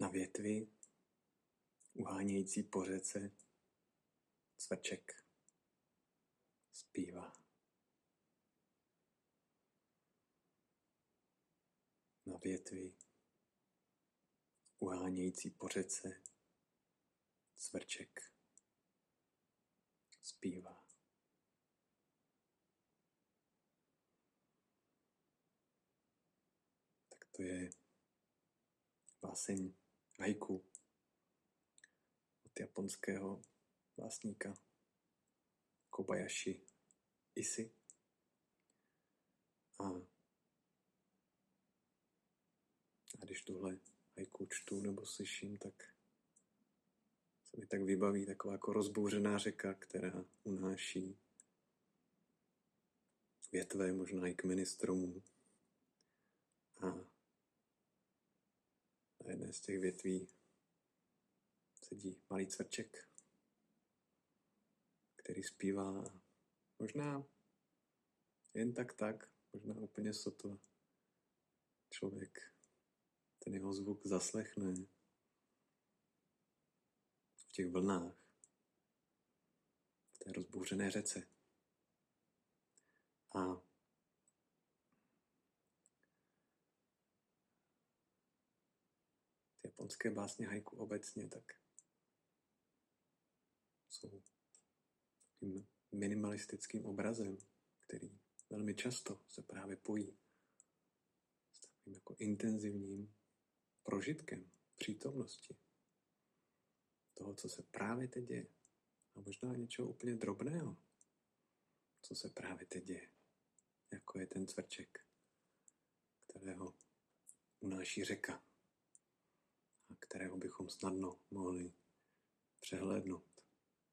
větvi, uhánějící po řece, cvrček zpívá. Na větvi, uhánějící po řece, cvrček zpívá. Tak to je báseň haiku od japonského básníka Kobayashi Issy. A když tuhle haiku čtu nebo slyším, tak se mi tak vybaví taková jako rozbouřená řeka, která unáší větve, možná i kmeny stromů. A na jedné z těch větví sedí malý cvrček, který zpívá možná jen tak, možná úplně sotva. Člověk ten jeho zvuk zaslechne v těch vlnách, v té rozbouřené řece. A ty japonské básně haiku obecně tak jsou tím minimalistickým obrazem, který velmi často se právě pojí s takovým jako intenzivním prožitkem přítomnosti toho, co se právě teď děje. A možná něčeho úplně drobného, co se právě teď děje. Jako je ten cvrček, kterého unáší řeka a kterého bychom snadno mohli přehlédnout.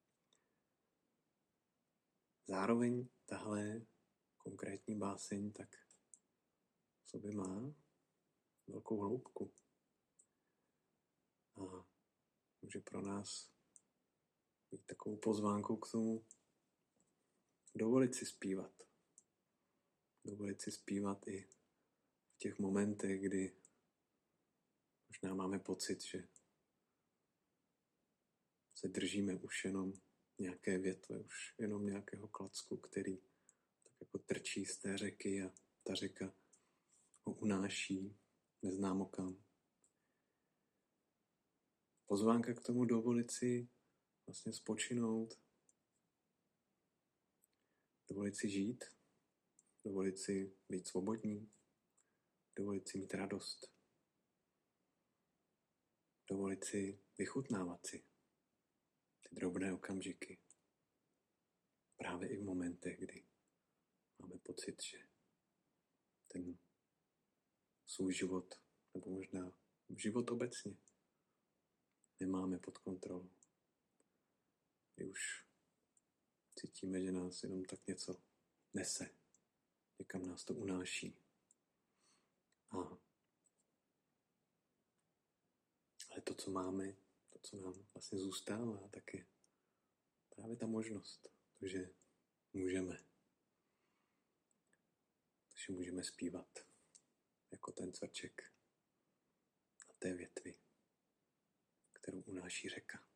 Zároveň tahle konkrétní báseň tak v sobě má velkou hloubku a může pro nás být takovou pozvánkou k tomu dovolit si zpívat. Dovolit si zpívat i v těch momentech, kdy možná máme pocit, že se držíme už jenom nějaké větve, už jenom nějakého klacku, který tak jako trčí z té řeky a ta řeka ho unáší neznámo kam. Pozvánka k tomu dovolit si vlastně spočinout, dovolit si žít, dovolit si být svobodní, dovolit si mít radost, dovolit si vychutnávat si ty drobné okamžiky. Právě i v momentech, kdy máme pocit, že ten svůj život, nebo možná život obecně, nemáme pod kontrolou. Kdy už cítíme, že nás jenom tak něco nese, někam nás to unáší. Ale to, co máme, to, co nám vlastně zůstává, tak je právě ta možnost, že můžeme zpívat jako ten cvrček na té větvi, kterou unáší řeka.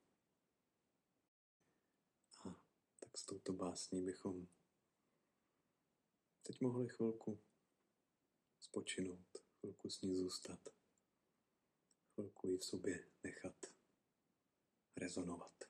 A tak s touto básní bychom teď mohli chvilku spočinout, chvilku s ní zůstat, chvilku ji v sobě nechat rezonovat.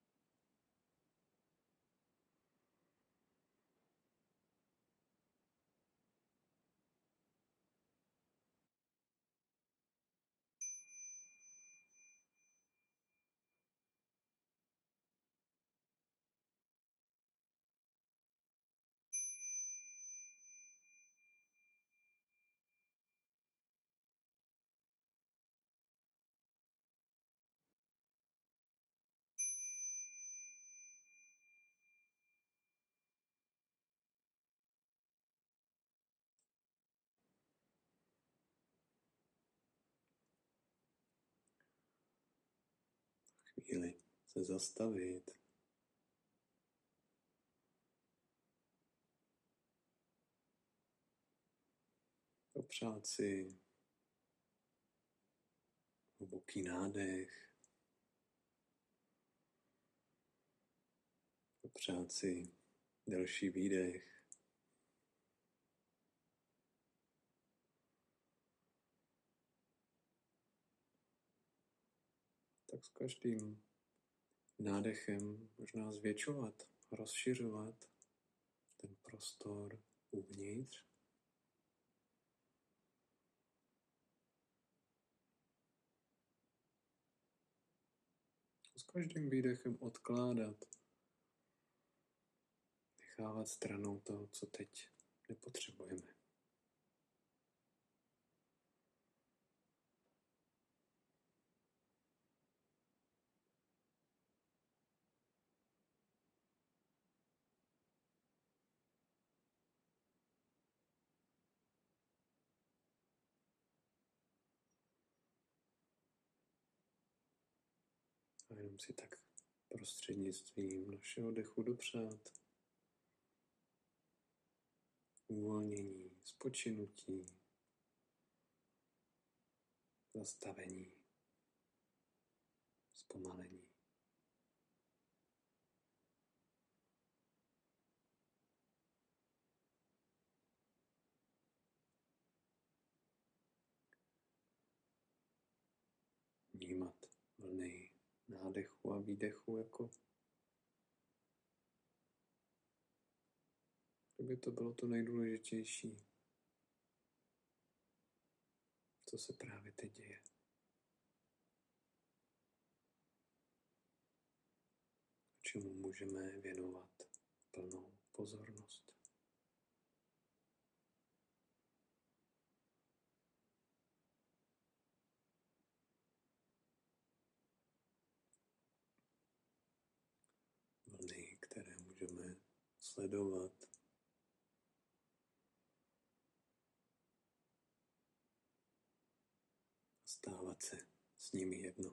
Chvíli se zastavit. Dopřát si hluboký hluboký nádech, dopřát si delší výdech. Tak s každým nádechem možná zvětšovat, rozšiřovat ten prostor uvnitř. S každým výdechem odkládat, nechávat stranou to, co teď nepotřebujeme. A jenom si tak prostřednictvím našeho dechu dopřát uvolnění, spočinutí, zastavení, zpomalení. Vnímat vlny nádechu a výdechu, jako kdyby to bylo to nejdůležitější, co se právě teď děje. Čemu můžeme věnovat plnou pozornost. Vlny, které můžeme sledovat, stávat se s nimi jedno.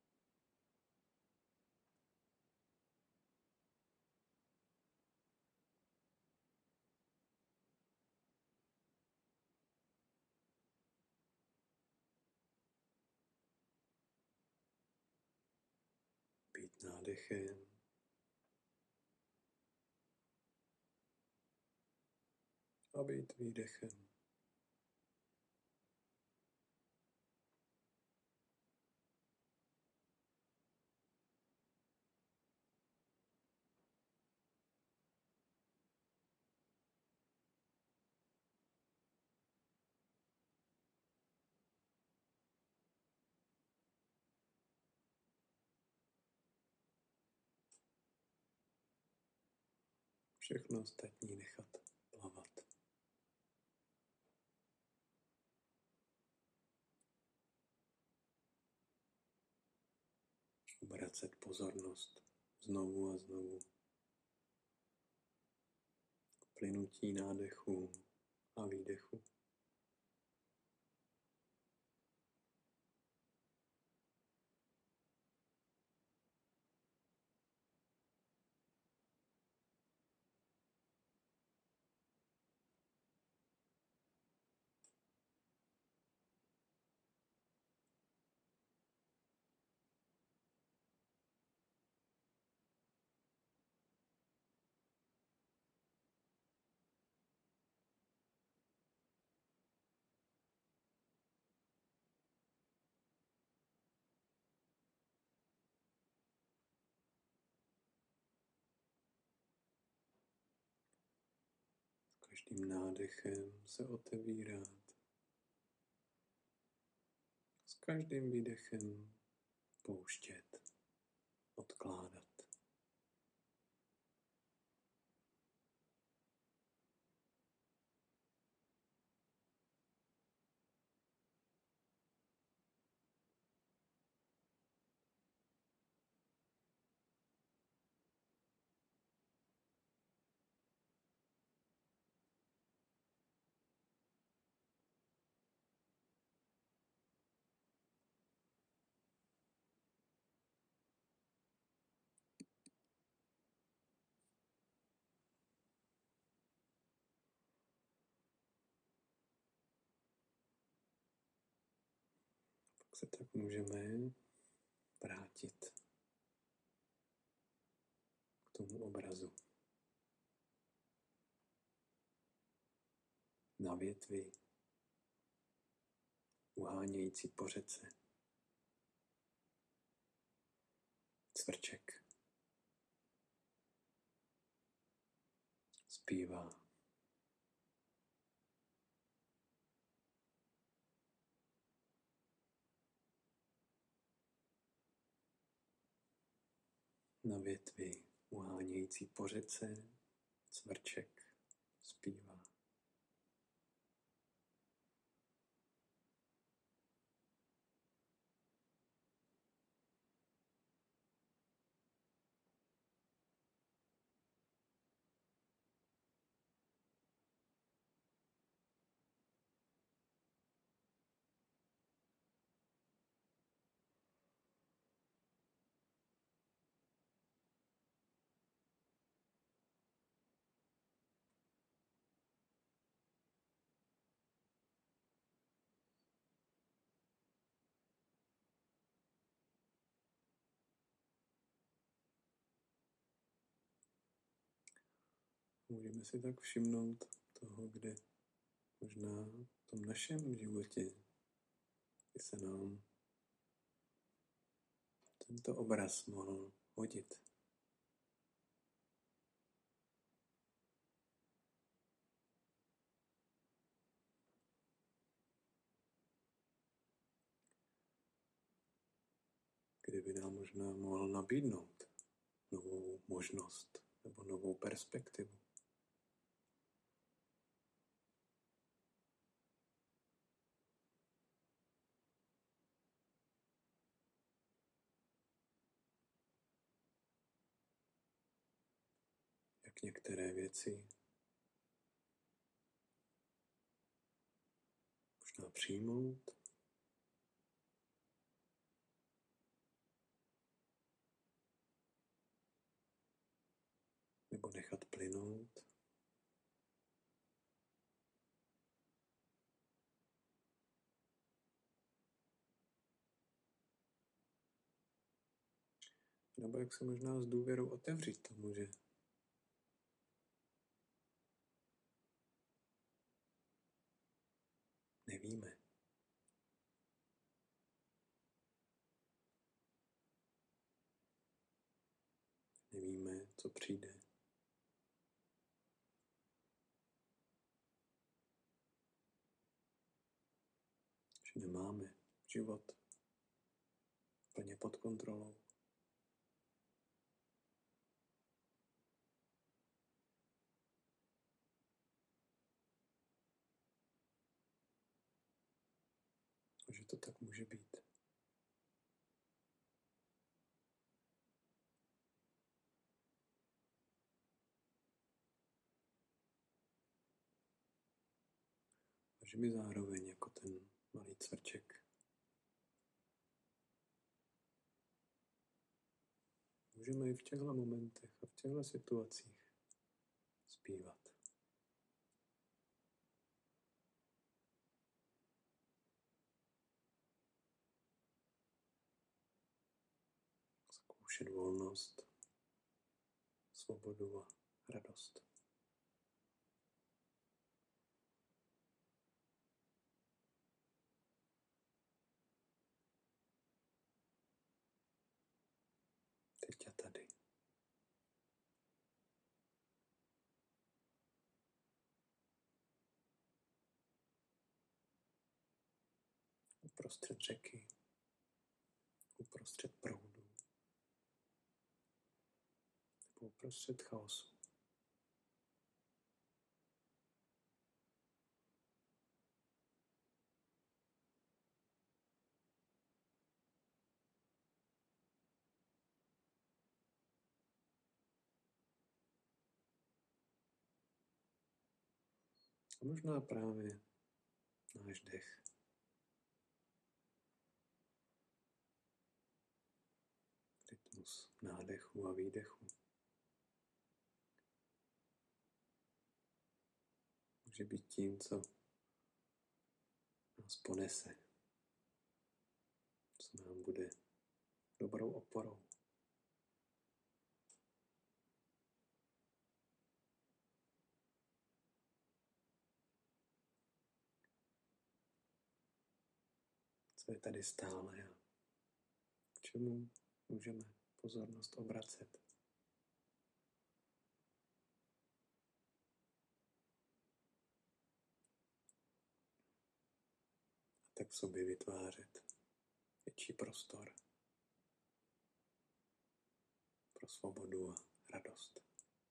Být nádechem a být výdechem. Všechno ostatní nechat plavat. Obracet pozornost znovu a znovu k plynutí nádechu a výdechu. Každým nádechem se otevírat. S každým výdechem pouštět, odkládat. se tak můžeme vrátit k tomu obrazu. Na větvi, uhánějící po řece. Cvrček zpívá. Na větvi, uhánějící po řece, cvrček zpívá. Můžeme si tak všimnout toho, kde možná v tom našem životě by se nám tento obraz mohl hodit. Kdyby nám možná mohl nabídnout novou možnost nebo novou perspektivu. Jak některé věci možná přijmout, nebo nechat plynout. Nebo jak se možná s důvěrou otevřít tomu, že nevíme. Nevíme, co přijde. Že nemáme život plně pod kontrolou. A že to tak může být. A že my zároveň jako ten malý cvrček můžeme i v těchto momentech a v těchto situacích zpívat. Zkoušet volnost, svobodu a radost. Teď a tady. Uprostřed řeky, uprostřed proudu, nebo uprostřed chaosu. A možná právě náš dech. Rytmus nádechu a výdechu. Může být tím, co nás ponese. dobrou oporou. Co je tady stále a k čemu můžeme pozornost obracet. A tak v sobě vytvářet větší prostor pro svobodu a radost.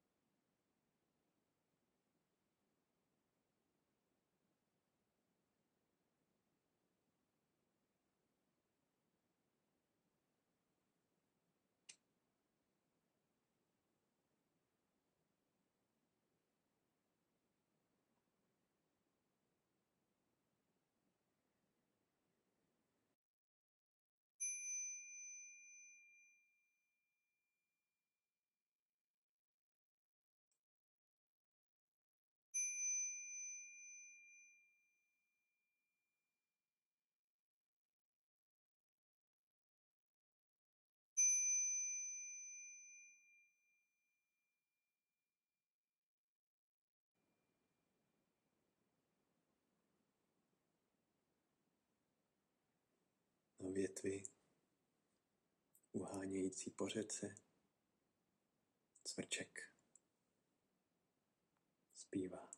Na větvi uhánějící po řece cvrček zpívá.